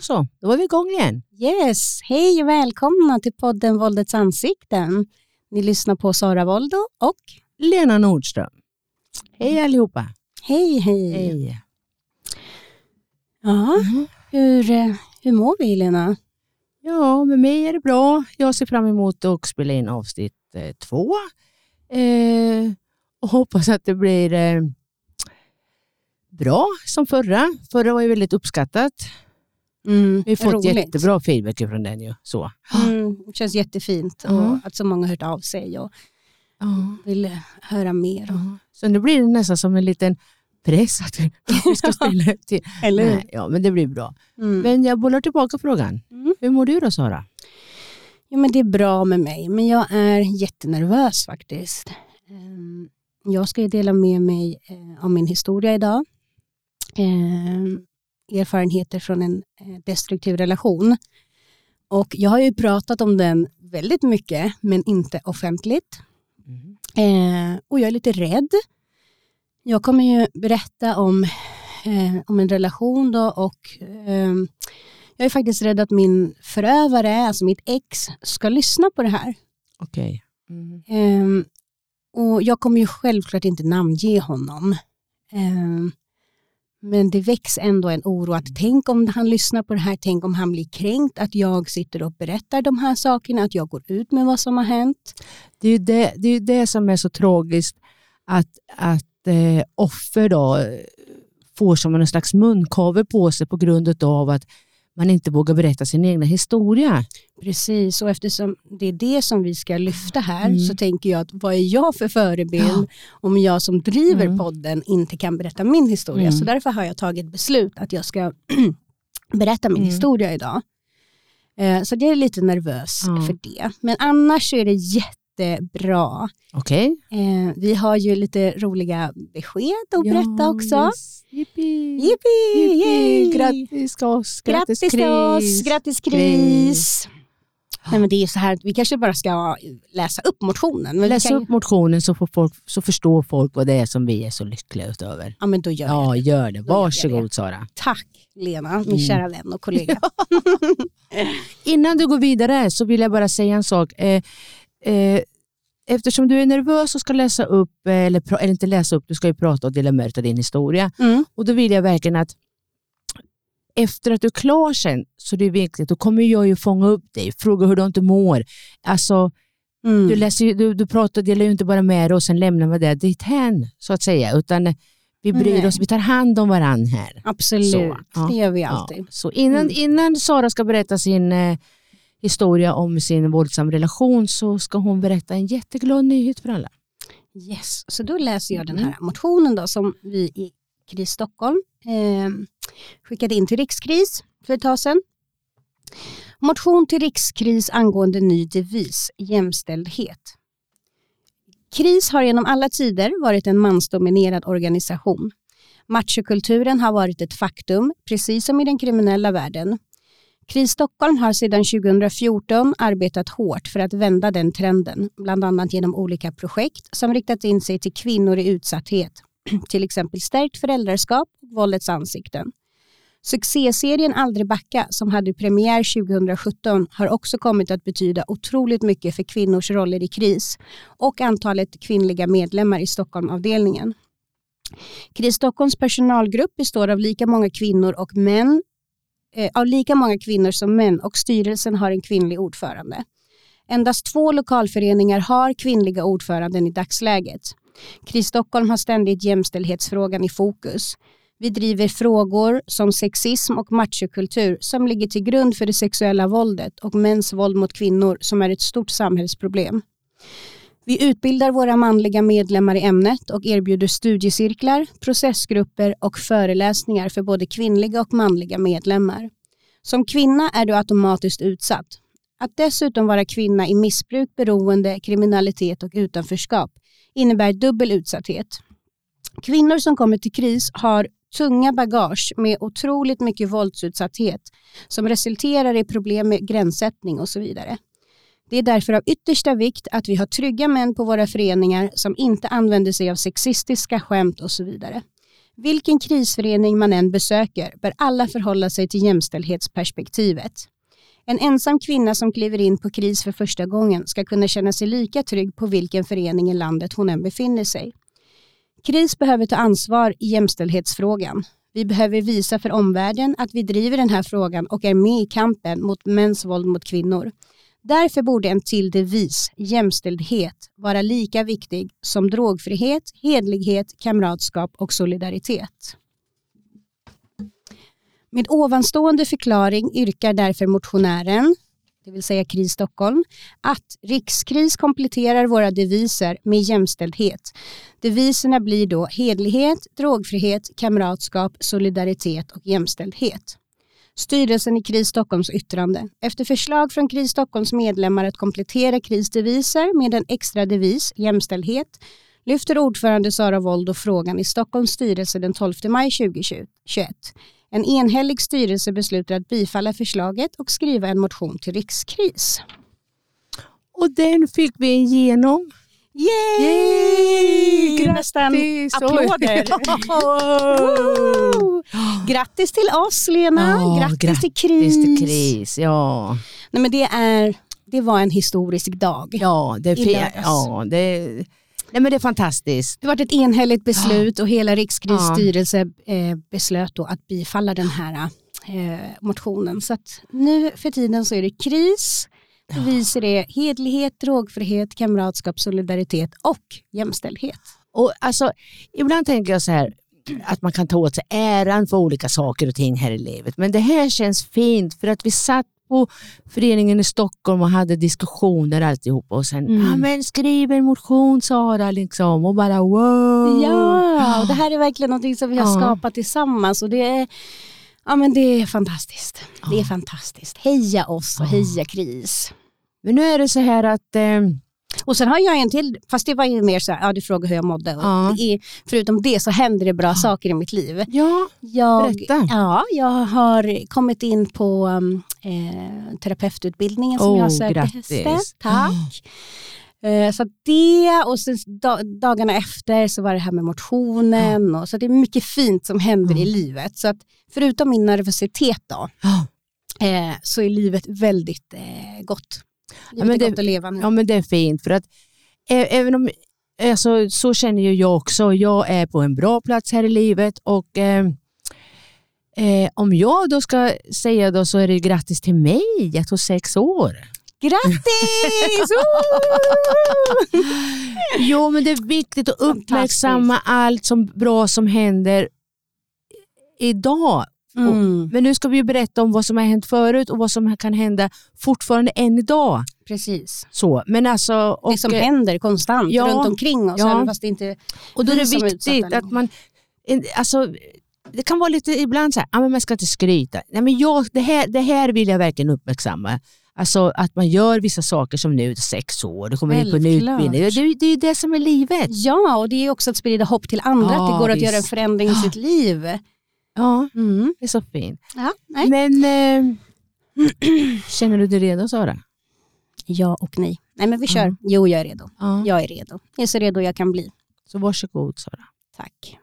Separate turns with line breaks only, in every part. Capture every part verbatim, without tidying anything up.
så, då var vi igång igen.
Yes, hej och välkomna till podden Våldets ansikten. Ni lyssnar på Sara Voldo och
Lena Nordström. Hej allihopa.
Hej, hej.
Hej.
Ja, mm. hur, hur mår vi, Lena?
Ja, med mig är det bra. Jag ser fram emot att spela in avsnitt eh, två. Eh, och hoppas att det blir eh, bra som förra. Förra var ju väldigt uppskattat.
Mm,
Vi har fått
roligt.
jättebra feedback från den ju. Så.
Mm, det känns jättefint och
Mm.
att så många har hört av sig och
Mm.
vill höra mer.
Mm. Så nu blir det nästan som en liten press att vi ska spela upp till.
Eller hur?
Nej, ja, men det blir bra.
Mm.
Men jag bollar tillbaka frågan.
Mm.
Hur mår du då, Sara?
Jo, men det är bra med mig, men jag är jättenervös faktiskt. Um, jag ska ju dela med mig uh, av min historia idag. Um, erfarenheter från en uh, destruktiv relation. Och jag har ju pratat om den väldigt mycket, men inte offentligt.
Mm.
Uh, och jag är lite rädd. Jag kommer ju berätta om, uh, om en relation då och... Um, Jag är faktiskt rädd att min förövare, alltså mitt ex, ska lyssna på det här.
Okej. Mm.
Um, och jag kommer ju självklart inte namnge honom. Um, men det väcks ändå en oro att tänk om han lyssnar på det här, tänk om han blir kränkt, att jag sitter och berättar de här sakerna, att jag går ut med vad som har hänt.
Det är ju det, det, är ju det som är så tragiskt, att, att eh, offer då får som en slags munkaver på sig på grund av att man inte vågar berätta sin egna historia.
Precis, och eftersom det är det som vi ska lyfta här
mm.
så tänker jag att vad är jag för förebild
ja.
om jag som driver
mm.
podden inte kan berätta min historia.
Mm.
Så därför har jag tagit beslut att jag ska berätta min
mm.
historia idag. Eh, så jag är lite nervös
ja.
för det. Men annars så är det jättebra.
Okej.
Eh, vi har ju lite roliga besked att
ja,
berätta också.
Yes. Yippie.
Yippie! Yay!
Grattis till oss.
Grattis
Grattis
till oss!
Kris.
Grattis Kris! Nej, men det är så här, vi kanske bara ska läsa upp motionen. Men
Läs
kan...
upp motionen så, får folk, så förstår folk vad det är som vi är så lyckliga utöver.
Ja, men då gör jag
Ja,
det.
gör det. Varsågod,
gör jag det.
Sara.
Tack, Lena, min
Mm.
kära vän och kollega.
Innan du går vidare så vill jag bara säga en sak. Eh, eh, eftersom du är nervös och ska läsa upp, eller, pra- eller inte läsa upp, du ska ju prata och dela med dig av din historia.
Mm.
Och då vill jag verkligen att efter att du är klar sen, så det är viktigt, då kommer jag ju fånga upp dig, fråga hur du inte mår. Alltså,
Mm.
du, läser, du, du pratar och delar ju inte bara med dig och sen lämnar man det dit hän, så att säga. Utan vi bryr
Nej.
oss, vi tar hand om varann här.
Absolut,
Så, ja.
det gör vi alltid.
Ja. Så innan,
Mm.
innan Sara ska berätta sin eh, historia om sin våldsam relation, så ska hon berätta en jätteglad nyhet för alla.
Yes, så då läser jag den
Mm.
här motionen då, som vi i Kris Stockholm eh, skickade in till Rikskris för ett tag sedan. Motion till Rikskris angående ny devis, jämställdhet. Kris har genom alla tider varit en mansdominerad organisation. Machokulturen har varit ett faktum, precis som i den kriminella världen. Kris Stockholm har sedan tjugohundrafjorton arbetat hårt för att vända den trenden, bland annat genom olika projekt som riktat in sig till kvinnor i utsatthet, till exempel stärkt föräldraskap och våldets ansikten. Succéserien Aldrig backa, som hade premiär tjugohundrasjutton, har också kommit att betyda otroligt mycket för kvinnors roller i kris och antalet kvinnliga medlemmar i Stockholmavdelningen. Kris Stockholms personalgrupp består av lika många kvinnor och män, eh, av lika många kvinnor som män, och styrelsen har en kvinnlig ordförande. Endast två lokalföreningar har kvinnliga ordföranden i dagsläget. Kris Stockholm har ständigt jämställdhetsfrågan i fokus. Vi driver frågor som sexism och machokultur som ligger till grund för det sexuella våldet och mäns våld mot kvinnor, som är ett stort samhällsproblem. Vi utbildar våra manliga medlemmar i ämnet och erbjuder studiecirklar, processgrupper och föreläsningar för både kvinnliga och manliga medlemmar. Som kvinna är du automatiskt utsatt. Att dessutom vara kvinna i missbruk, beroende, kriminalitet och utanförskap innebär dubbel utsatthet. Kvinnor som kommer till kris har tunga bagage med otroligt mycket våldsutsatthet som resulterar i problem med gränssättning och så vidare. Det är därför av yttersta vikt att vi har trygga män på våra föreningar som inte använder sig av sexistiska skämt och så vidare. Vilken krisförening man än besöker bör alla förhålla sig till jämställdhetsperspektivet. En ensam kvinna som kliver in på kris för första gången ska kunna känna sig lika trygg på vilken förening i landet hon än befinner sig. Kris behöver ta ansvar i jämställdhetsfrågan. Vi behöver visa för omvärlden att vi driver den här frågan och är med i kampen mot mäns våld mot kvinnor. Därför borde en till devis, jämställdhet, vara lika viktig som drogfrihet, hedlighet, kamratskap och solidaritet. Med ovanstående förklaring yrkar därför motionären, det vill säga KRIS Stockholm, att Rikskris kompletterar våra deviser med jämställdhet. Deviserna blir då hedlighet, drogfrihet, kamratskap, solidaritet och jämställdhet. Styrelsen i KRIS Stockholms yttrande. Efter förslag från KRIS Stockholms medlemmar att komplettera KRIS deviser med en extra devis, jämställdhet, lyfter ordförande Sara Wold och frågan i Stockholms styrelse den tolfte maj tjugohundratjugoett. En enhällig styrelse beslutar att bifalla förslaget och skriva en motion till Rikskris.
Och den fick vi igenom.
Yay!
Yay!
Nästan applåder. Grattis till oss, Lena.
Ja,
grattis,
grattis
till KRIS.
till KRIS. Ja.
Nej, men det, är, det var en historisk dag.
Ja, det är, fe- ja, det, nej, men det är fantastiskt.
Det var ett enhälligt beslut och hela Rikskris styrelse eh, beslöt då att bifalla den här eh, motionen. Så att nu för tiden så är det KRIS. Det visar det hedlighet, drogfrihet, kamratskap, solidaritet och jämställdhet.
Och alltså, ibland tänker jag så här att man kan ta åt sig äran för olika saker och ting här i livet. Men det här känns fint för att vi satt på föreningen i Stockholm och hade diskussioner alltihop och sen, mm. ja men skriv en motion Sara liksom och bara wow.
Ja, och det här är verkligen något som vi har ja. skapat tillsammans och det är, ja men det är fantastiskt. Ja. Det är fantastiskt. Heja oss och heja KRIS.
Men nu är det så här att eh,
och sen har jag en till, fast det var ju mer så här, ja du frågar hur jag mådde. Och
ja.
det är, förutom det så händer det bra ja. saker i mitt liv.
Ja,
jag,
berätta.
Ja, jag har kommit in på um, eh, terapeututbildningen som
oh,
jag sökte hösten. Tack. Oh. Eh, så det, och sen dag, dagarna efter så var det här med motionen. Oh. Och, så det är mycket fint som händer oh. i livet. Så att förutom min nervositet då, oh. eh, så är livet väldigt eh, gott.
Ja men, det, ja men det är fint för att ä, även om alltså, så känner ju jag också, jag är på en bra plats här i livet och eh, eh, om jag då ska säga då så är det grattis till mig, jag tog sex år.
Grattis!
Jo men det är viktigt att uppmärksamma allt som bra som händer idag.
Mm.
Och, men nu ska vi ju berätta om vad som har hänt förut och vad som kan hända fortfarande än idag.
Precis.
Så, men alltså, och,
det som händer konstant
ja,
runt omkring oss.
Ja.
Fast det inte
och då är det viktigt att man, alltså, det kan vara lite ibland så här, ah, men man ska inte skryta. Nej, men jag, det, här, det här vill jag verkligen uppmärksamma. Alltså att man gör vissa saker som nu sex år, det kommer in på en utbildning. Det, det, det är ju det som är livet.
Ja, och det är också att sprida hopp till andra, ja, att det går visst. Att göra en förändring i sitt liv.
Ja,
mm.
det är så fint.
Ja, nej.
Men äh, känner du dig redo, Sara?
Ja och nej. Nej men vi kör. Ja. Jo, jag är redo.
Ja.
Jag är redo. Jag är så redo jag kan bli.
Så varsågod, Sara.
Tack.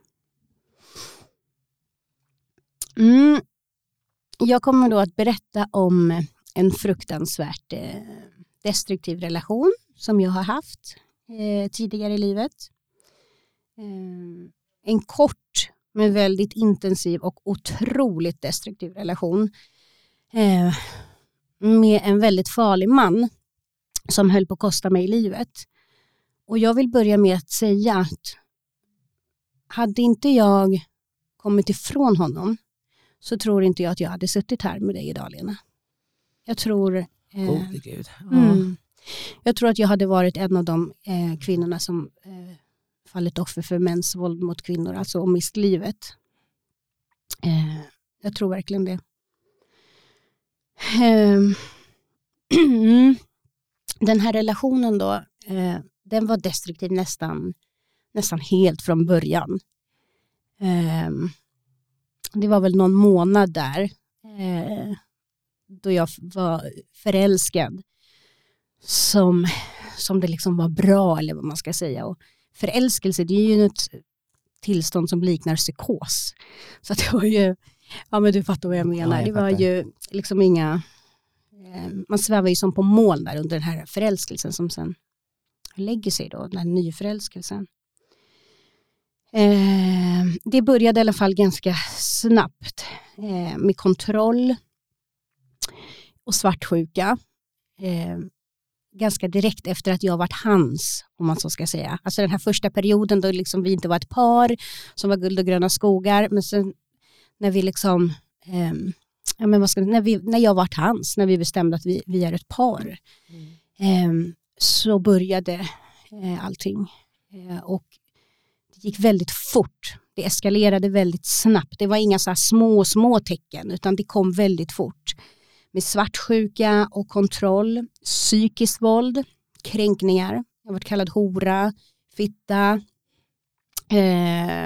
Mm. Jag kommer då att berätta om en fruktansvärt eh, destruktiv relation som jag har haft eh, tidigare i livet. Eh, en kort men väldigt intensiv och otroligt destruktiv relation eh, med en väldigt farlig man som höll på att kosta mig livet. Och jag vill börja med att säga att hade inte jag kommit ifrån honom så tror inte jag att jag hade suttit här med dig idag, Lena. Jag tror eh,
oh, Gud. Ja.
Mm, jag tror att jag hade varit en av de eh, kvinnorna som eh, fallit offer för mäns våld mot kvinnor, alltså och mist livet. Eh, jag tror verkligen det. Eh, den här relationen då, eh, den var destruktiv nästan, nästan helt från början. Eh, det var väl någon månad där eh, då jag var förälskad som, som det liksom var bra, eller vad man ska säga. Och förälskelse, det är ju något tillstånd som liknar psykos. Så att det var ju, ja men du fattar vad jag menar. Ja, jag det var fattar. Ju liksom inga, eh, man svävar ju som på moln där under den här förälskelsen som sen lägger sig då, den här nyförälskelsen. Eh, det började i alla fall ganska snabbt eh, med kontroll och svartsjuka. Eh, ganska direkt efter att jag varit hans, om man så ska säga. Alltså den här första perioden då liksom vi inte var ett par som var guld och gröna skogar, men sen när vi liksom eh, ja, men vad ska, när, vi, när jag varit hans, när vi bestämde att vi, vi är ett par mm. eh, så började eh, allting eh, och det gick väldigt fort. Det eskalerade väldigt snabbt. Det var inga så här små, små tecken utan det kom väldigt fort. Med svartsjuka och kontroll, psykiskt våld, kränkningar. Jag har varit kallad hora, fitta. Eh,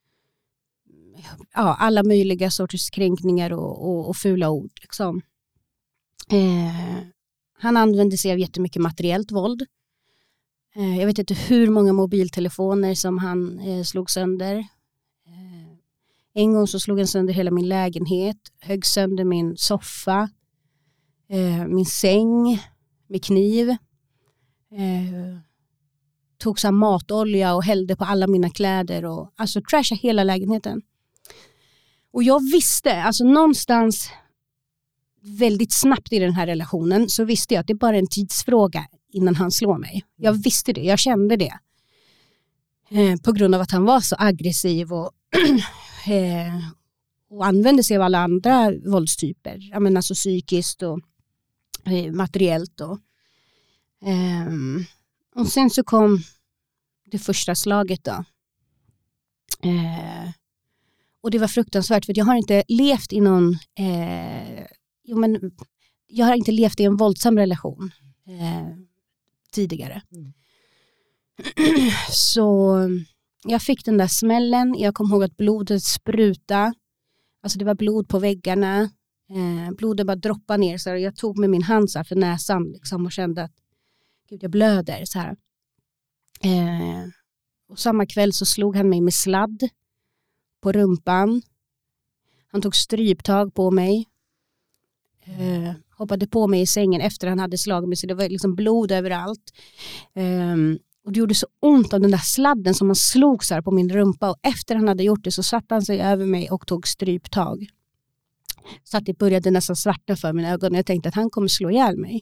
ja, alla möjliga sorters kränkningar och, och, och fula ord. Liksom. Eh, han använde sig av jättemycket materiellt våld. Jag vet inte hur många mobiltelefoner som han eh, slog sönder. Eh, en gång så slog han sönder hela min lägenhet. Högg sönder min soffa. Eh, min säng. Med kniv. Eh, tog så matolja och hällde på alla mina kläder. Och, alltså trashade hela lägenheten. Och jag visste, alltså någonstans väldigt snabbt i den här relationen så visste jag att det är bara en tidsfråga innan han slår mig. Jag visste det, jag kände det. Eh, på grund av att han var så aggressiv och, eh, och använde sig av alla andra våldstyper. Jag menar alltså psykiskt och eh, materiellt. Och, eh, och sen så kom det första slaget då. Eh, och det var fruktansvärt för jag har inte levt i någon... Eh, jo, men, jag har inte levt i en våldsam relation. Eh, tidigare. Mm. Så jag fick den där smällen. Jag kom ihåg att blodet spruta. Alltså det var blod på väggarna. Eh, blodet bara droppade ner. Så jag tog med min hand så här för näsan liksom, och kände att gud, jag blöder. Så här. Eh, och samma kväll så slog han mig med sladd på rumpan. Han tog stryptag på mig. Eh, hoppade på mig i sängen efter han hade slagit mig så det var liksom blod överallt. Um, och det gjorde så ont av den där sladden som han slog så här på min rumpa och efter han hade gjort det så satte han sig över mig och tog stryptag. Så att det började nästan svarta för mina ögon och jag tänkte att han kommer slå ihjäl mig.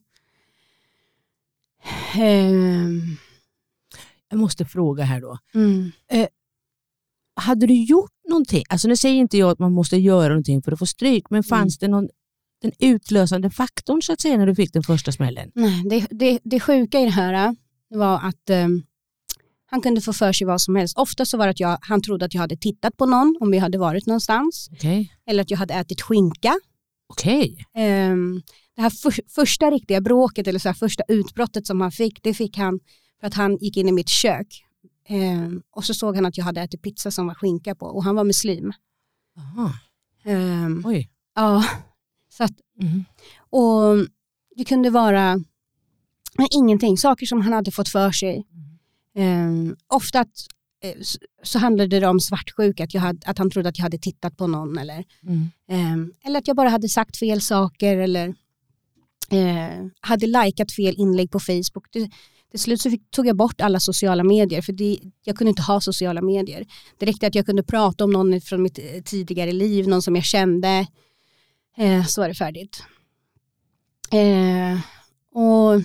Um,
jag måste fråga här då.
Mm.
Eh, hade du gjort någonting? Alltså nu säger inte jag att man måste göra någonting för att få stryk men fanns mm. det någon den utlösande faktorn så att säga när du fick den första smällen?
Nej, det, det, det sjuka i det här var att um, han kunde få för sig vad som helst. Ofta så var det att jag, han trodde att jag hade tittat på någon om vi hade varit någonstans.
Okay.
Eller att jag hade ätit skinka.
Okej.
Okay. Um, det här för, första riktiga bråket eller så här första utbrottet som han fick, det fick han för att han gick in i mitt kök. Um, och så såg han att jag hade ätit pizza som var skinka på. Och han var muslim.
Aha.
Um,
Oj.
Ja. Så att,
mm.
och det kunde vara men ingenting, saker som han hade fått för sig. Mm. Um, ofta att, uh, så, så handlade det om svartsjuka, att, jag hade, att han trodde att jag hade tittat på någon. Eller,
mm.
um, eller att jag bara hade sagt fel saker eller uh, hade likat fel inlägg på Facebook. Det, till slut så fick, tog jag bort alla sociala medier för det, jag kunde inte ha sociala medier. Det räckte att jag kunde prata om någon från mitt tidigare liv, någon som jag kände. Eh, så var det färdigt. Eh, och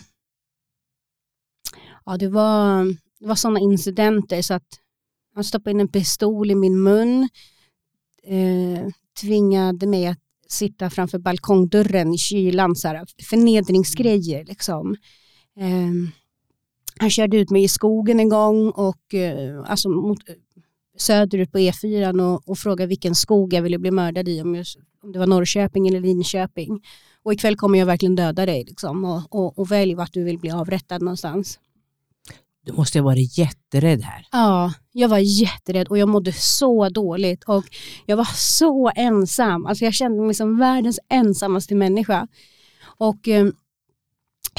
ja, det var, det var sådana incidenter så att han stoppade in en pistol i min mun. Eh, tvingade mig att sitta framför balkongdörren i kylan. Så här, förnedringsgrejer liksom. Eh, han körde ut mig i skogen en gång och eh, alltså mot, söderut på E fyra och, och frågade vilken skog jag ville bli mördad i, om, just, om det var Norrköping eller Linköping. Och ikväll kommer jag verkligen döda dig liksom, och, och, och välj vart du vill bli avrättad någonstans.
Du måste ha varit jätterädd här.
Ja, jag var jätterädd och jag mådde så dåligt och jag var så ensam. Alltså jag kände mig som världens ensammaste människa. Och eh,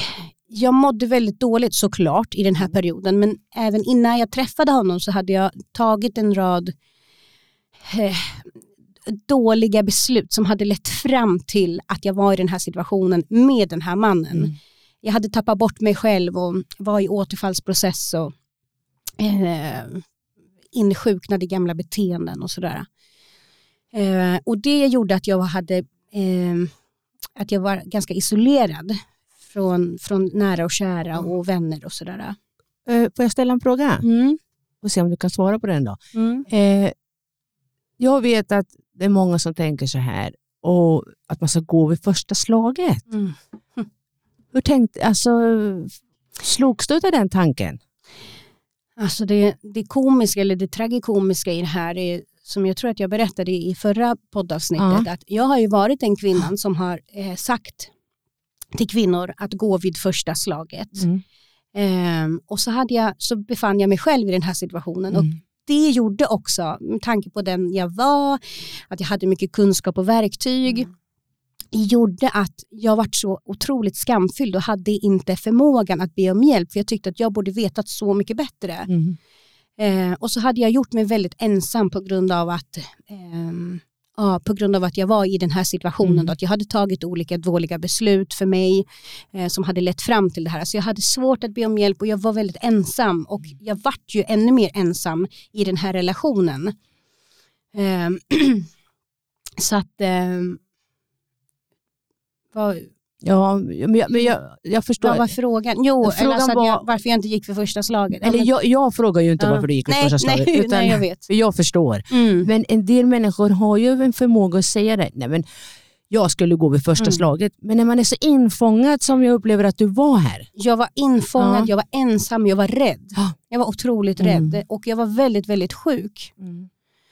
jag mådde väldigt dåligt såklart i den här perioden. Men även innan jag träffade honom så hade jag tagit en rad eh, dåliga beslut som hade lett fram till att jag var i den här situationen med den här mannen. Mm. Jag hade tappat bort mig själv och var i återfallsprocess och eh, insjuknade i gamla beteenden och sådär. Eh, och det gjorde att jag hade eh, att jag var ganska isolerad från, från nära och kära och vänner och sådär.
Eh, får jag ställa en fråga?
Mm.
Och se om du kan svara på den då.
Mm.
Eh, jag vet att det är många som tänker så här och att man ska gå vid första slaget.
Mm.
Mm. Hur tänkte, alltså slogs du av den tanken?
Alltså det, det komiska eller det tragikomiska i det här är, som jag tror att jag berättade i förra poddavsnittet, ja. Att jag har ju varit den kvinnan som har eh, sagt till kvinnor att gå vid första slaget. Mm. Eh, och så, hade jag, så befann jag mig själv i den här situationen. Mm. Och det gjorde också, med tanke på den jag var, att jag hade mycket kunskap och verktyg, mm. gjorde att jag var så otroligt skamfylld och hade inte förmågan att be om hjälp. För jag tyckte att jag borde vetat så mycket bättre. Mm. Eh, och så hade jag gjort mig väldigt ensam på grund av att eh, ja, på grund av att jag var i den här situationen. Mm. Då, att jag hade tagit olika dåliga beslut för mig eh, som hade lett fram till det här. Så jag hade svårt att be om hjälp och jag var väldigt ensam. Och jag vart ju ännu mer ensam i den här relationen. Eh, så att... Eh, var,
Ja, men jag, men jag, jag förstår.
Vad var frågan? Jo,
frågan
alltså
var,
jag, varför jag inte gick för första slaget.
Eller jag, jag frågar ju inte ja. varför du gick för
nej,
första slaget.
Nej,
utan
nej, jag vet.
Jag förstår.
Mm.
Men en del människor har ju en förmåga att säga det. Nej, men jag skulle gå vid första mm. slaget. Men när man är så infångad som jag upplever att du var här.
Jag var infångad, ja. jag var ensam, jag var rädd. Ja. Jag var otroligt
mm.
rädd. Och jag var väldigt, väldigt sjuk. Mm.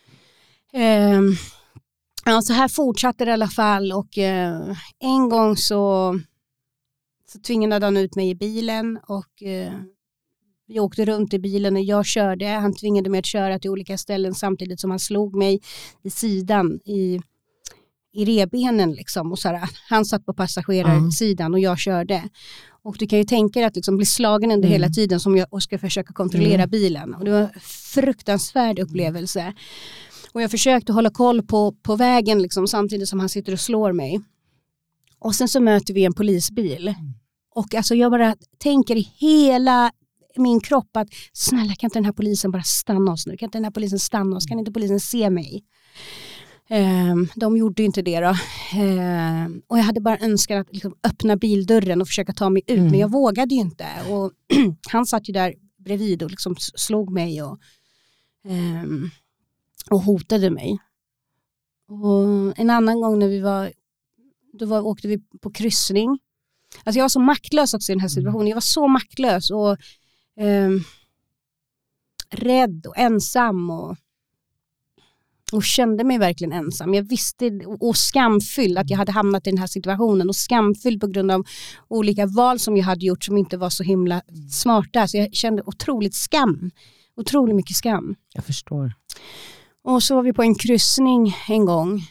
Um, ja, så här fortsatte det i alla fall. Och uh, en gång så... Så tvingade han ut mig i bilen och eh, vi åkte runt i bilen och jag körde. Han tvingade mig att köra till olika ställen samtidigt som han slog mig i sidan i, i rebenen. Liksom. Och så här, han satt på passagerarsidan mm. och jag körde. Och du kan ju tänka dig att liksom bli slagen under mm. hela tiden som jag och ska försöka kontrollera mm. bilen. Och det var en fruktansvärd upplevelse. Och jag försökte hålla koll på, på vägen liksom, samtidigt som han sitter och slår mig. Och sen så möter vi en polisbil. Mm. Och alltså jag bara tänker i hela min kropp att snälla kan inte den här polisen bara stanna oss nu? Kan inte den här polisen stanna oss? Kan inte polisen se mig? Um, de gjorde ju inte det då. Um, och jag hade bara önskat att liksom öppna bildörren och försöka ta mig ut. Mm. Men jag vågade ju inte. Och han satt ju där bredvid och liksom slog mig och, um, och hotade mig. Och en annan gång när vi var Då var, åkte vi på kryssning. Alltså jag var så maktlös också i den här situationen. Jag var så maktlös och eh, rädd och ensam. Och, och kände mig verkligen ensam. Jag visste och skamfylld att jag hade hamnat i den här situationen. Och skamfylld på grund av olika val som jag hade gjort som inte var så himla smarta. Så jag kände otroligt skam. Otroligt mycket skam.
Jag förstår.
Och så var vi på en kryssning en gång.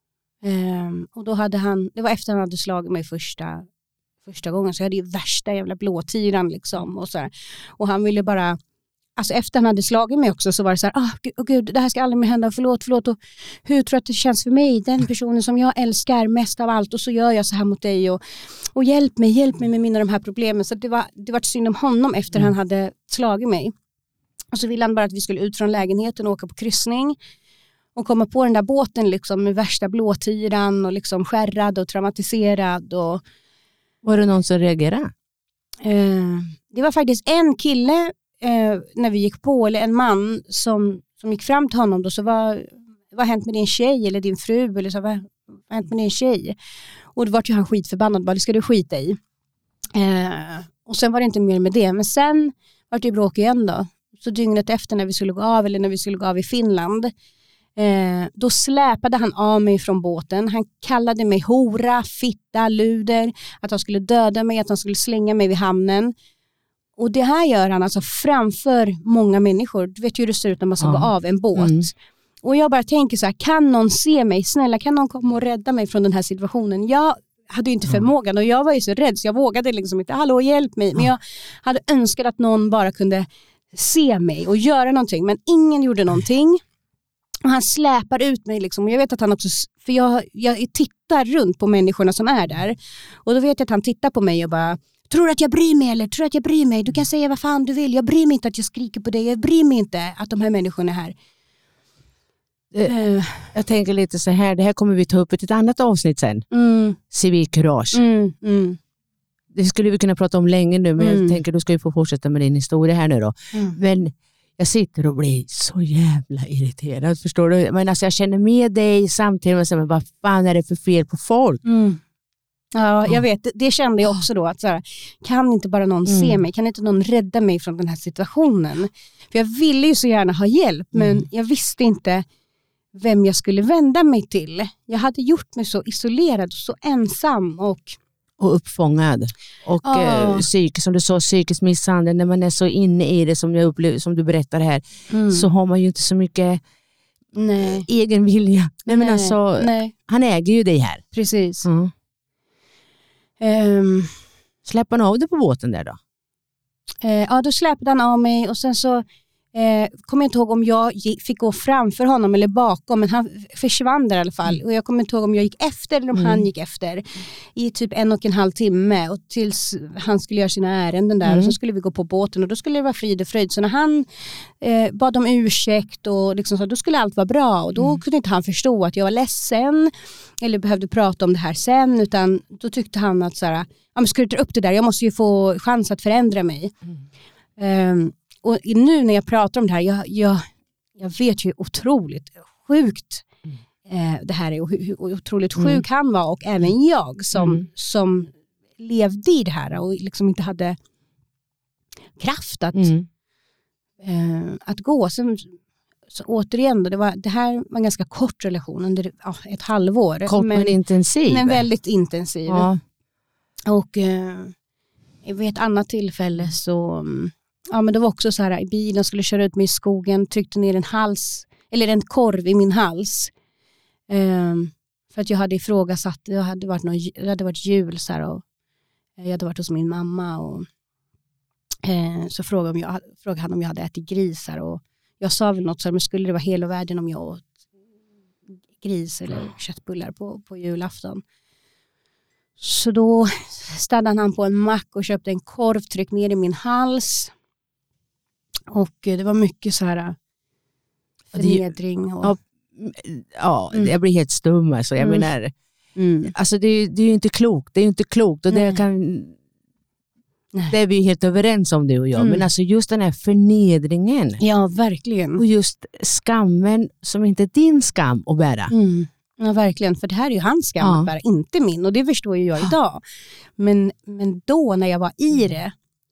Um, och då hade han, det var efter han hade slagit mig första, första gången, så jag hade ju värsta jävla blåtiran liksom och så här. Och han ville bara, alltså efter han hade slagit mig också så var det så här, ah, gud, oh, gud, det här ska aldrig mer hända, förlåt, förlåt och hur tror du att det känns för mig, den personen som jag älskar mest av allt, och så gör jag så här mot dig och, och hjälp mig, hjälp mig med mina de här problemen. Så det var, det var synd om honom efter mm. han hade slagit mig. Och så ville han bara att vi skulle ut från lägenheten och åka på kryssning. Och komma på den där båten liksom med värsta blåtiran och liksom skärrad och traumatiserad. Och,
var det någon som reagerade?
Eh, det var faktiskt en kille eh, när vi gick på, eller en man som, som gick fram till honom. Då, så var, vad har hänt med din tjej eller din fru? Eller så, vad har hänt med din tjej? Och då var ju han skitförbannad. Bara, det ska du skita i. Eh, och sen var det inte mer med det. Men sen var det bråk igen då. Så dygnet efter när vi skulle gå av, eller när vi skulle gå av i Finland. Eh, då släpade han av mig från båten. Han kallade mig hora, fitta, luder. Att han skulle döda mig, att han skulle slänga mig vid hamnen. Och det här gör han alltså framför många människor. Du vet ju hur det ser ut när man ska ja. gå av en båt. Mm. Och jag bara tänker så här, kan någon se mig? Snälla, kan någon komma och rädda mig från den här situationen? Jag hade ju inte förmågan och jag var ju så rädd så jag vågade liksom inte, hallå hjälp mig. Men jag hade önskat att någon bara kunde se mig och göra någonting. Men ingen gjorde någonting. Och han släpar ut mig liksom. Och jag vet att han också, för jag, jag tittar runt på människorna som är där. Och då vet jag att han tittar på mig och bara, tror du att jag bryr mig eller tror du att jag bryr mig? Du kan säga vad fan du vill. Jag bryr mig inte att jag skriker på dig. Jag bryr mig inte att de här människorna är här.
Uh, jag tänker lite så här, det här kommer vi ta upp i ett annat avsnitt sen.
Mm.
Civilkurage.
Mm, mm.
Det skulle vi kunna prata om länge nu, men mm. jag tänker du ska ju få fortsätta med din historia här nu då. Mm. Men jag sitter och blir så jävla irriterad, förstår du? Men alltså jag känner med dig samtidigt och säger, vad fan är det för fel på folk?
Mm. Ja, jag vet. Det, det kände jag också då. Att så här, kan inte bara någon mm. se mig? Kan inte någon rädda mig från den här situationen? För jag ville ju så gärna ha hjälp, men mm. jag visste inte vem jag skulle vända mig till. Jag hade gjort mig så isolerad och så ensam och
och uppfångad. Och oh. eh, psyk, som du sa, psykisk misshandel, när man är så inne i det som, jag upplever, som du berättar här, mm. så har man ju inte så mycket
Nej.
egen vilja. Nej, men alltså,
Nej.
Han äger ju dig här.
Precis.
Mm.
Um,
Släpper han av dig på båten där då?
Eh, ja, då släppte han av mig och sen så Eh, kommer jag inte ihåg om jag gick, fick gå framför honom eller bakom, men han försvann där i alla fall. Mm. Och jag kommer inte ihåg om jag gick efter eller om mm. han gick efter i typ en och en halv timme och tills han skulle göra sina ärenden där mm. och så skulle vi gå på båten och då skulle det vara frid och fröjd. Så när han eh, bad om ursäkt och liksom så, då skulle allt vara bra och då mm. kunde inte han förstå att jag var ledsen eller behövde prata om det här sen, utan då tyckte han att så här, ja, men ska du dra upp det där, jag måste ju få chans att förändra mig. Mm. Um, Och nu när jag pratar om det här, jag, jag, jag vet ju otroligt sjukt mm. eh, det här är och hur otroligt sjuk mm. han var och även jag som, mm. som levde i det här och liksom inte hade kraft att, mm. eh, att gå. Så, så återigen, då, det, var, det här var en ganska kort relation under ja, ett halvår.
Kort men, men intensiv.
Men väldigt intensiv.
Ja.
Och eh, vid ett annat tillfälle så... Ja, men det var också så här, i bilen skulle köra ut mig i skogen, tryckte ner en hals eller en korv i min hals. Um, för att jag hade ifrågasatt, det hade varit, någon, det hade varit jul så här, och jag hade varit hos min mamma och eh, så frågade, om jag, frågade han om jag hade ätit grisar och jag sa väl något så här, men skulle det vara hela världen om jag åt gris eller köttbullar på, på julafton. Så då stannade han på en mack och köpte en korv, tryckte ner i min hals. Och det var mycket så här förnedring. Och...
Ja, ja mm. jag blir helt stum. Alltså. Jag mm. menar, mm. alltså det, är, det är ju inte klokt. Det är ju inte klokt. Och det, kan, det är vi helt överens om, du och jag. Mm. Men alltså just den här förnedringen.
Ja, verkligen.
Och just skammen som inte är din skam att bära.
Mm. Ja, verkligen. För det här är ju hans skam ja. att bära, inte min. Och det förstår ju jag idag. Men, men då när jag var i det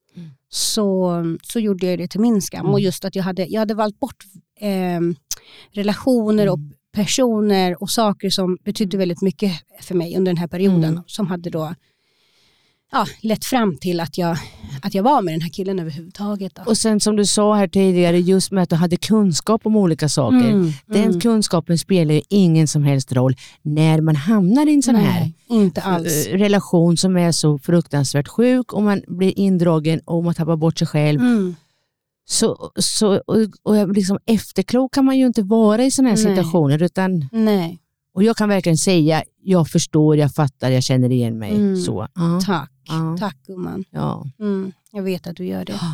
Så, så gjorde jag det till min skam. Mm. Och just att jag hade, jag hade valt bort eh, relationer och personer och saker som betydde väldigt mycket för mig under den här perioden. Mm. Som hade då ja, lett fram till att jag, att jag var med den här killen överhuvudtaget. Då.
Och sen som du sa här tidigare, just med att du hade kunskap om olika saker. Mm. Den mm. kunskapen spelar ju ingen som helst roll när man hamnar i en sån
Nej,
här
inte alls.
relation som är så fruktansvärt sjuk och man blir indragen och man tappar bort sig själv. Mm. Så, så, och, och liksom efterklok kan man ju inte vara i såna här Nej. situationer. Utan,
Nej.
Och jag kan verkligen säga, jag förstår, jag fattar, jag känner igen mig.
Mm.
Så. Uh.
Tack,
uh.
tack gumman.
Ja.
Mm. Jag vet att du gör det. Uh.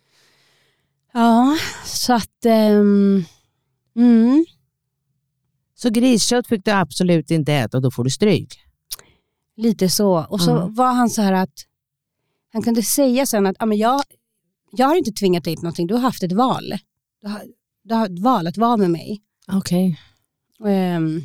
Ja, så att... Um, mm.
Så griskött fick du absolut inte äta och då får du stryk.
Lite så. Och så uh. var han så här att han kunde säga sen att ah, men jag, jag har inte tvingat dig till någonting, du har haft ett val. Du har, du har ett val att vara med mig.
Okej.
Okay. Um,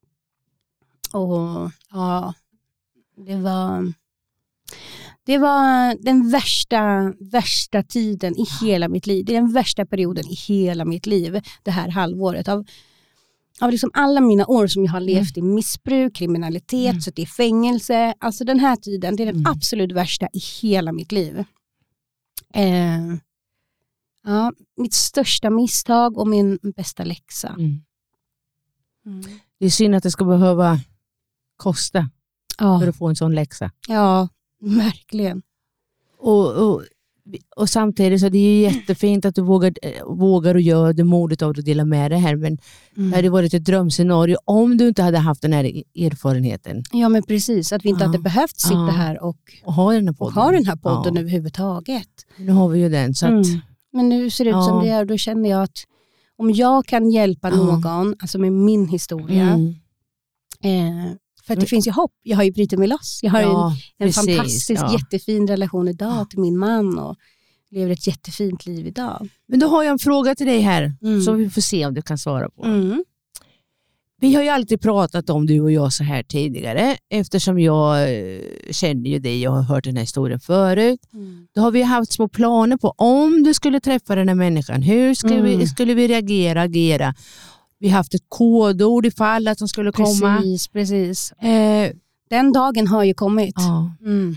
och ja, det var det var den värsta värsta tiden i hela mitt liv. Det är den värsta perioden i hela mitt liv, det här halvåret av av liksom alla mina år som jag har levt mm. i missbruk, kriminalitet, mm. suttit i fängelse. Alltså den här tiden, det är den mm. absolut värsta i hela mitt liv. Eh, ja, mitt största misstag och min bästa läxa.
Mm. Mm. Det är synd att det ska behöva kosta.
Ja.
för att få en sån läxa.
Ja, verkligen.
Och, och, och samtidigt så är det ju jättefint att du vågar, vågar och gör det modet av att dela med det här. Men mm. det hade varit ett drömscenario om du inte hade haft den här erfarenheten.
Ja, men precis. Att vi inte ja. hade behövt sitta ja. här och,
och ha den här podden,
ha den här podden
ja.
överhuvudtaget.
Nu har vi ju den. Så att, mm.
Men nu ser det ut ja. som det är och då känner jag att om jag kan hjälpa ja. någon, alltså med min historia, mm. eh, för att det finns ju hopp. Jag har ju brutit mig loss. Jag har ja, en, en fantastisk, ja. jättefin relation idag ja. till min man och lever ett jättefint liv idag.
Men då har jag en fråga till dig här
mm.
som vi får se om du kan svara på.
Mm.
Vi har ju alltid pratat om du och jag så här tidigare eftersom jag känner ju dig och har hört den här historien förut. Mm. Då har vi haft små planer på om du skulle träffa den här människan. Hur skulle, mm. vi, skulle vi reagera, agera? Vi har haft ett kodord ifall att de skulle
precis,
komma.
Precis, precis. Eh, den dagen har ju kommit.
Ja.
Mm.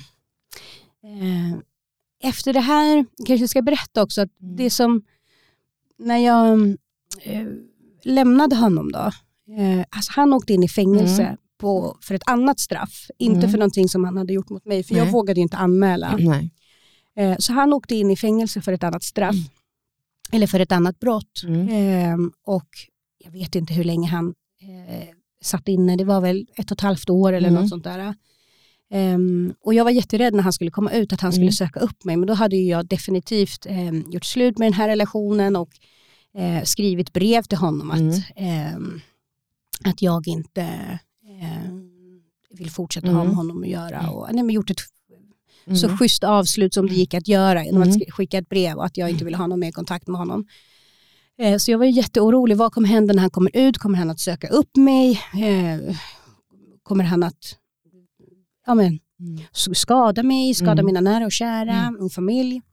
Eh, efter det här kanske jag ska berätta också att mm. det som när jag eh, lämnade honom då. Eh, alltså han åkte in i fängelse mm. på, för ett annat straff. Mm. Inte för någonting som han hade gjort mot mig. För Nej. jag vågade inte anmäla.
Nej.
Eh, så han åkte in i fängelse för ett annat straff. Mm. Eller för ett annat brott.
Mm.
Eh, och jag vet inte hur länge han eh, satt inne. Det var väl ett och ett halvt år eller mm. något sånt där. Um, och jag var jätterädd när han skulle komma ut att han skulle mm. söka upp mig. Men då hade jag definitivt um, gjort slut med den här relationen och uh, skrivit brev till honom mm. att, um, att jag inte uh, vill fortsätta mm. ha med honom att göra. Och nej, men gjort ett mm. så schysst avslut som det gick att göra genom mm. att skicka ett brev och att jag inte vill ha någon mer kontakt med honom. Uh, så jag var jätteorolig. Vad kommer hända när han kommer ut? Kommer han att söka upp mig? Uh, kommer han att ja, men, mm. skada mig, skada mm. mina nära och kära, mm. min familj.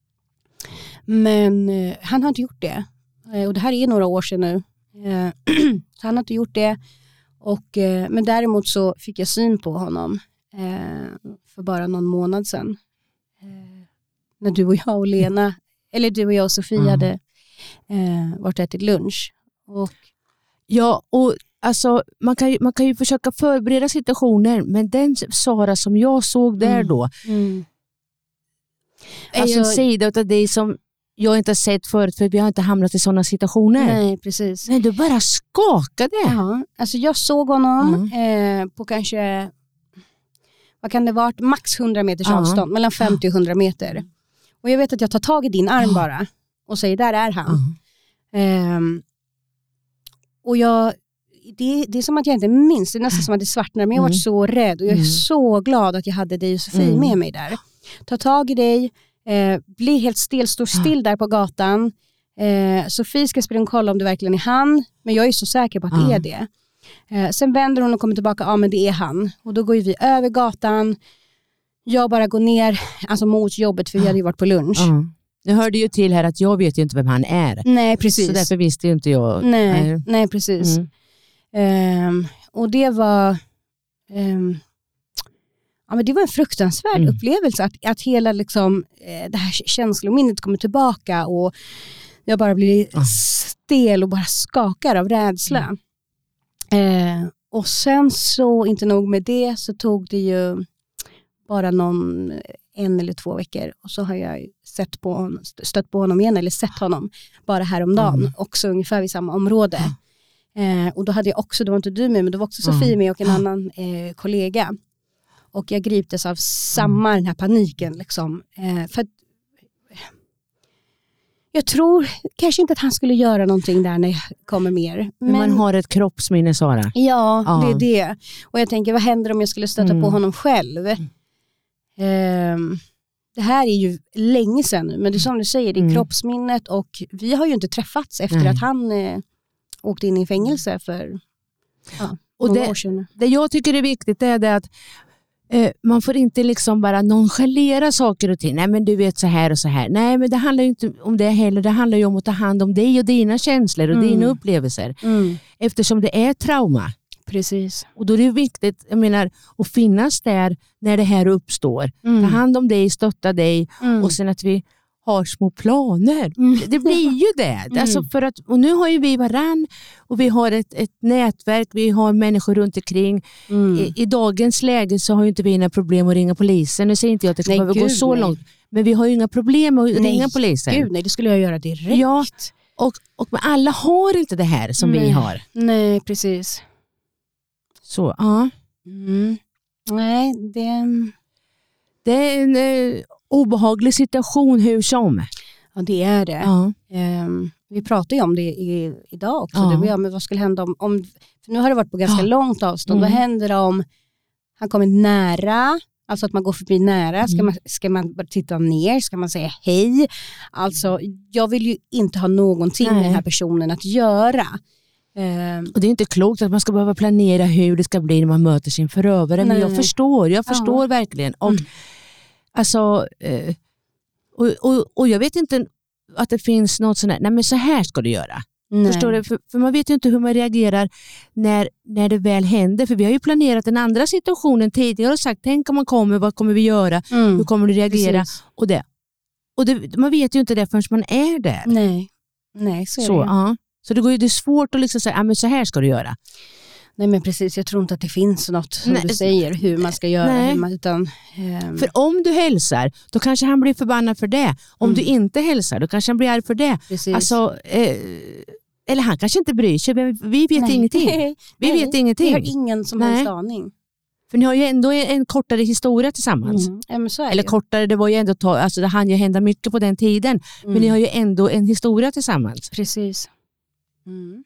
Men eh, han har inte gjort det. Eh, och det här är några år sedan nu. Eh, så han har inte gjort det. Och, eh, men däremot så fick jag syn på honom eh, för bara någon månad sedan. Eh, när du och jag och Lena, eller du och jag och Sofia mm. hade eh, varit ätit lunch. Och,
ja, och alltså, man, kan ju, man kan ju försöka förbereda situationer, men den Sara som jag såg där mm. då
mm.
är
alltså,
en sida av det som jag inte har sett förut, för vi har inte hamnat i sådana situationer.
Nej, precis.
Men du bara skakade.
Ja, alltså jag såg honom mm. eh, på kanske, vad kan det vara, max hundra meters mm. avstånd, mellan femtio och hundra meter. Och jag vet att jag tar tag i din arm mm. bara och säger, där är han. Mm. Eh, och jag Det, det är som att jag inte minns. Det är nästan som att det svartnar. Men jag har varit så rädd. Och jag är mm. så glad att jag hade dig och Sofie mm. med mig där. Ta tag i dig. Eh, bli helt still. Stå still där på gatan. Eh, Sofie ska springa och kolla om det verkligen är han. Men jag är så säker på att mm. det är det. Eh, sen vänder hon och kommer tillbaka. Ja, men det är han. Och då går vi över gatan. Jag bara går ner alltså mot jobbet. För vi hade ju varit på lunch.
Mm. Jag hörde ju till här att jag vet ju inte vem han är.
Nej, precis.
Så därför visste ju inte jag.
Nej, nej. nej precis. Mm. Um, och det var um, ja, men det var en fruktansvärd mm. upplevelse att, att hela liksom, eh, det här känslominnet kommer tillbaka och jag bara blir mm. stel och bara skakar av rädsla. Mm. Uh, och sen så, inte nog med det, så tog det ju bara någon en eller två veckor och så har jag sett på honom, stött på honom igen eller sett honom bara häromdagen, mm. också ungefär i samma område. Mm. Eh, och då hade jag också, det var inte du med, men det var också Sofie mm. med och en annan eh, kollega. Och jag griptes av samma den här paniken liksom. Eh, för att, jag tror kanske inte att han skulle göra någonting där när jag kommer mer.
Men, men man har ett kroppsminne, Sara.
Ja, ja, det är det. Och jag tänker, vad händer om jag skulle stöta mm. på honom själv? Eh, det här är ju länge sedan nu, men det är som du säger, det är mm. kroppsminnet och vi har ju inte träffats efter Nej. att han eh, åkte in i fängelse för ja,
och
många
det,
år sedan.
Det jag tycker är viktigt är det att eh, man får inte liksom bara nonchalera saker och ting. Nej, men du vet så här och så här. Nej, men det handlar ju inte om det heller. Det handlar ju om att ta hand om dig och dina känslor och mm. dina upplevelser.
Mm.
Eftersom det är trauma.
Precis.
Och då är det viktigt, jag menar, att finnas där när det här uppstår. Mm. Ta hand om dig, stötta dig mm. och sen att vi har små planer. Mm. Det blir ju det. Mm. Alltså för att, och nu har ju vi varann och vi har ett, ett nätverk, vi har människor runt omkring. Mm. I, I dagens läge så har ju inte vi några problem att ringa polisen. Nu säger inte jag att det kommer gå så nej. långt. Men vi har ju inga problem att nej, ringa polisen.
Gud, nej, det skulle jag göra direkt.
Ja, och, och alla har inte det här som
nej.
vi har.
Nej, precis.
Så, ja.
Mm. Nej, det...
Det är en eh, obehaglig situation hur som.
Ja, det är det.
Ja.
Um, vi pratar ju om det i, idag också.
Ja.
Det var, ja, men vad skulle hända om... om för nu har det varit på ganska ja. långt avstånd. Mm. Vad händer om han kommer nära? Alltså att man går förbi nära. Ska, mm. man, ska man bara titta ner? Ska man säga hej? Alltså, jag vill ju inte ha någonting Nej. med den här personen att göra. Um,
och det är inte klokt att man ska behöva planera hur det ska bli när man möter sin förövare. Nej. Men jag förstår, jag förstår ja. verkligen. Och, mm. alltså, eh, och, och, och jag vet inte att det finns något sånt här, nej men så här ska du göra. Nej. Förstår du? För, för man vet ju inte hur man reagerar när, när det väl händer. För vi har ju planerat den andra situationen tidigare och sagt, tänk om man kommer, vad kommer vi göra? Mm. Hur kommer du reagera? Precis. Och det. Och det, man vet ju inte det förrän man är där.
Nej, nej så är
så,
det.
Ja. Så det, går ju, det är svårt att liksom säga, ah, men så här ska du göra.
Nej men precis, jag tror inte att det finns något som nej, du säger hur man ska göra. Hur man, utan, um...
För om du hälsar, då kanske han blir förbannad för det. Om mm. du inte hälsar, då kanske han blir arg för det.
Precis.
Alltså, eh, eller han kanske inte bryr sig, men vi vet nej. ingenting. Vi
nej.
vet ingenting.
Vi har ingen som helst aning.
För ni har ju ändå en kortare historia tillsammans.
Mm. Ja, men så är
eller
det.
kortare, det var ju ändå, ta, alltså det hann ju hända mycket på den tiden. Mm. Men ni har ju ändå en historia tillsammans.
Precis. Mm.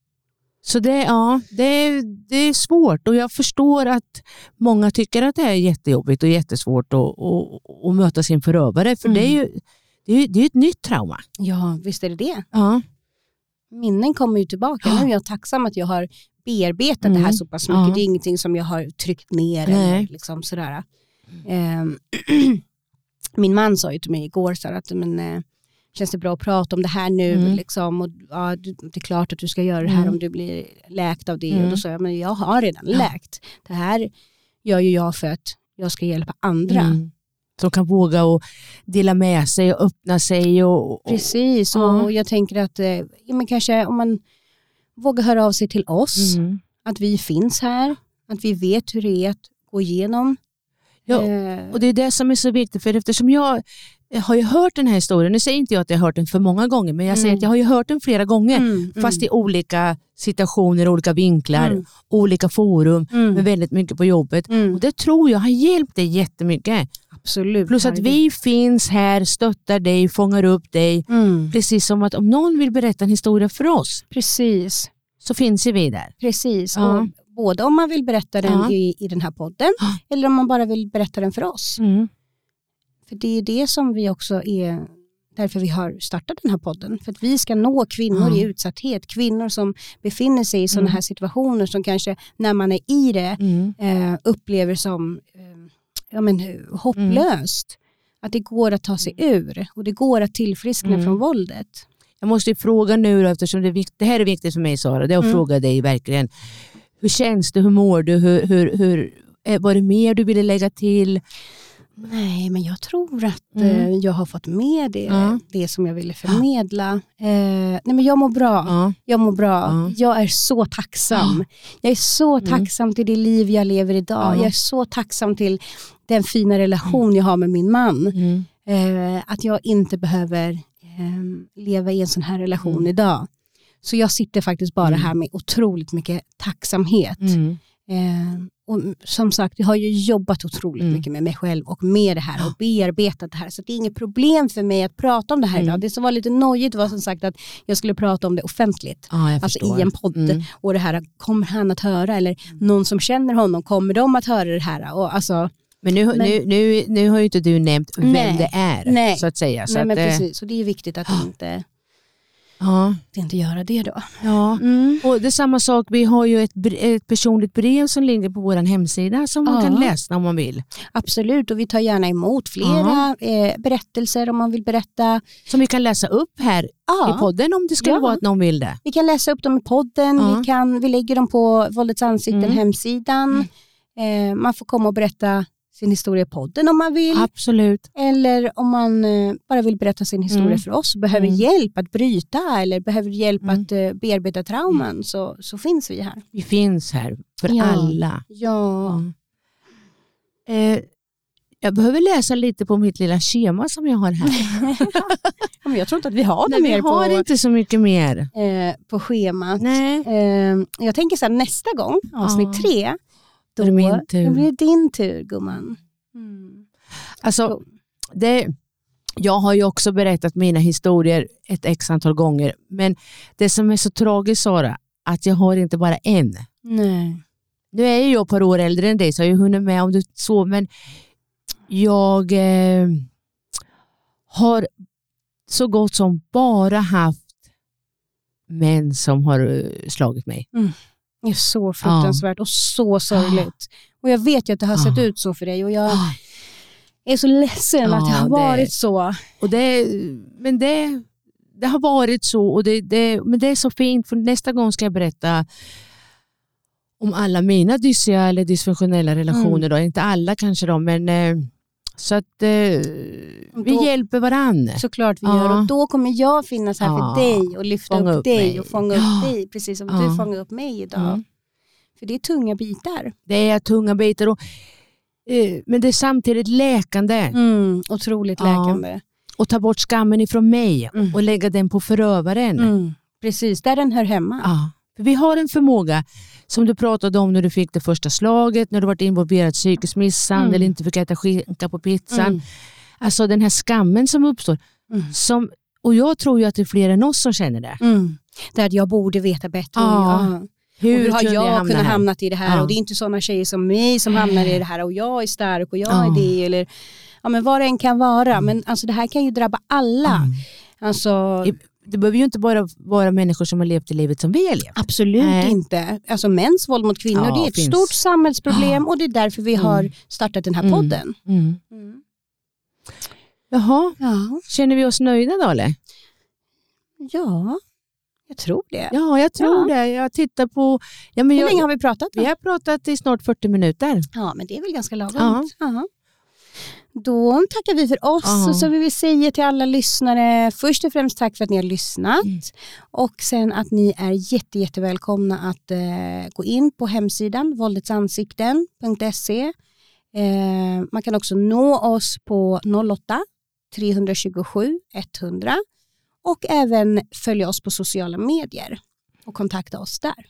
Så det, ja, det, det är svårt och jag förstår att många tycker att det är jättejobbigt och jättesvårt att, att, att möta sin förövare. För mm. det är ju det är, det är ett nytt trauma.
Ja, visst är det det.
Ja.
Minnen kommer ju tillbaka. Nu är jag tacksam att jag har bearbetat mm. det här så pass mycket. Ja. Det är ingenting som jag har tryckt ner. Eller liksom sådär. Mm. Min man sa ju till mig igår så att men, känns det bra att prata om det här nu mm. liksom, och ja, det är klart att du ska göra det här mm. om du blir läkt av det mm. och då sa jag, men jag har redan ja. läkt. Det här gör ju jag för att jag ska hjälpa andra. Mm.
Som kan våga och dela med sig och öppna sig. Och, och,
Precis, och ja. jag tänker att ja, men kanske om man vågar höra av sig till oss, mm. att vi finns här, att vi vet hur det är att gå igenom.
Ja, eh. och det är det som är så viktigt, för eftersom jag Jag har ju hört den här historien. Nu säger inte jag att jag har hört den för många gånger, men jag mm. säger att jag har ju hört den flera gånger. Mm, fast mm. i olika situationer, olika vinklar, mm. olika forum, mm. med väldigt mycket på jobbet. Mm. Och det tror jag har hjälpt dig jättemycket.
Absolut.
Plus att vi finns här, stöttar dig, fångar upp dig. Mm. Precis som att om någon vill berätta en historia för oss.
Precis.
Så finns vi där.
Precis. Ja. Och både om man vill berätta den ja. i, i den här podden, ja. eller om man bara vill berätta den för oss. Mm. För det är det som vi också är, därför vi har startat den här podden. För att vi ska nå kvinnor mm. i utsatthet. Kvinnor som befinner sig i sådana mm. här situationer som kanske när man är i det mm. eh, upplever som eh, ja, men, hopplöst. Mm. Att det går att ta sig ur. Och det går att tillfriskna mm. från våldet.
Jag måste ju fråga nu då, eftersom det, det här är viktigt för mig, Sara. Det är att mm. fråga dig verkligen. Hur känns det? Hur mår du? Hur, hur, hur, var det mer du ville lägga till?
Nej, men jag tror att mm. eh, jag har fått med det, ja. det som jag ville förmedla. Eh, nej, men jag mår bra. Ja. Jag mår bra. Ja. Jag är så tacksam. Ja. Jag är så mm. tacksam till det liv jag lever idag. Ja. Jag är så tacksam till den fina relation mm. jag har med min man. Mm. Eh, att jag inte behöver eh, leva i en sån här relation mm. idag. Så jag sitter faktiskt bara mm. här med otroligt mycket tacksamhet. Mm. Eh, och som sagt, jag har ju jobbat otroligt mm. mycket med mig själv och med det här och bearbetat det här, så det är inget problem för mig att prata om det här mm. idag. Det som var lite nojigt var som sagt att jag skulle prata om det offentligt,
ah,
alltså i en podd mm. och det här, kommer han att höra eller någon som känner honom, kommer de att höra det här och alltså,
men nu, men, nu, nu, nu har ju inte du nämnt vem nej, det är nej, så att säga. Så
nej,
att,
men precis, så det är viktigt att inte
Ja.
Det inte göra det då.
Ja. Mm. Och det är samma sak, vi har ju ett, ett personligt brev som ligger på vår hemsida som man ja. kan läsa om man vill.
Absolut, och vi tar gärna emot flera ja. eh, berättelser om man vill berätta.
Som vi kan läsa upp här ja. i podden om det skulle ja. vara att någon vill det.
Vi kan läsa upp dem i podden, ja. vi, kan, vi lägger dem på Våldets ansikten, mm. hemsidan. Mm. Eh, man får komma och berätta sin historia i podden om man vill.
Absolut.
Eller om man eh, bara vill berätta sin historia
Mm.
för oss och behöver
Mm.
hjälp att bryta eller behöver hjälp
Mm.
att eh, bearbeta trauman så, så finns vi här.
Vi finns här för
Ja.
alla.
Ja,
Mm. Eh, jag behöver läsa lite på mitt lilla schema som jag har här.
men jag tror inte att vi har
Nej,
något
vi
mer
har
på,
inte så mycket mer.
eh, på schemat.
Nej.
Eh, jag tänker så här, nästa gång, avsnitt
Ja.
tre, då,
Då är det min tur.
då blir det din tur, gumman. Mm.
Alltså, det, jag har ju också berättat mina historier ett x antal gånger. Men det som är så tragiskt, Sara, att jag har inte bara en.
Nej.
Nu är ju jag ett par år äldre än dig, så jag har ju hunnit med om du så, men jag eh, har så gott som bara haft män som har eh, slagit mig.
Det är så fruktansvärt och så sorgligt. Och jag vet ju att det har sett
Ja.
ut så för dig och jag är så ledsen
Ja,
att det har
det-
varit så.
Och det, men det, det har varit så, och det, det, men det är så fint, för nästa gång ska jag berätta om alla mina dyssiga eller dysfunktionella relationer.
Mm.
Då. Inte alla kanske då, men eh, så att eh, vi
Då-
hjälper varann.
Såklart vi
Ja.
gör och då kommer jag finnas här
Ja.
för dig och lyfta
Fånga
upp,
upp
dig
mig.
och fånga
Ja.
upp dig precis som
Ja.
du fångar upp mig idag.
Mm.
För det är tunga bitar.
Det är tunga bitar, och, eh, men det är samtidigt läkande.
Mm. Otroligt
Ja.
läkande.
Och ta bort skammen ifrån mig
Mm.
och lägga den på förövaren.
Mm. Precis, där den hör hemma.
Ja. För vi har en förmåga, som du pratade om när du fick det första slaget, när du varit involverad i psykisk misshandel,
Mm.
inte fick äta skinka på pizzan.
Mm.
Alltså den här skammen som uppstår.
Mm.
Som, och jag tror ju att det är fler än oss som känner det.
Mm. Det att jag borde veta bättre.
Ja.
Och, ja.
Hur,
och hur har
kunde
jag,
jag hamna
kunnat
här?
hamnat i det här?
Ja.
Och det är inte sådana tjejer som mig som hamnar i det här och jag är stark och jag
Ja.
är det. Eller, ja, men vad det än kan vara. Men alltså, det här kan ju drabba alla.
Mm.
Alltså,
Det behöver ju inte bara vara människor som har levt i livet som vi har levt.
absolut
Nej.
inte. Alltså mäns våld mot kvinnor
Ja,
det är ett
finns.
stort samhällsproblem och det är därför vi
Mm.
har startat den här
Mm.
podden.
Mm.
Mm.
Jaha,
Ja.
känner vi oss nöjda då eller?
ja, jag tror det.
Ja, jag tror
Ja.
det. Jag tittar på... Ja, men
Hur
jag,
länge har vi pratat då?
vi har pratat i snart fyrtio minuter.
Ja, men det är väl ganska lagom.
Ja.
Ja. Då tackar vi för oss
Ja.
och så vill vi säga till alla lyssnare först och främst tack för att ni har lyssnat
Mm.
och sen att ni är jätte, jättevälkomna att eh, gå in på hemsidan våldetsansikten punkt se. Eh, man kan också nå oss på noll åtta tre två sju hundra och även följa oss på sociala medier och kontakta oss där.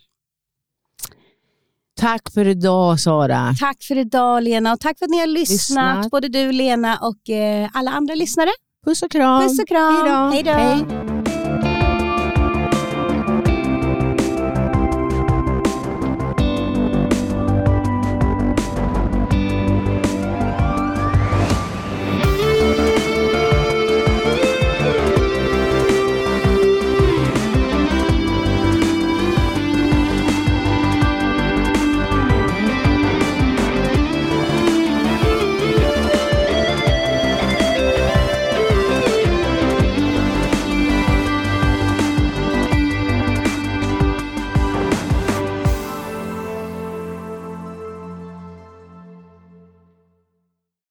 Tack för idag, Sara.
Tack för idag Lena och tack för att ni har lyssnat,
Lyssnat.
både du Lena och eh, alla andra lyssnare.
Puss och kram.
Puss och kram.
Hej då.
Hej då.
Hej.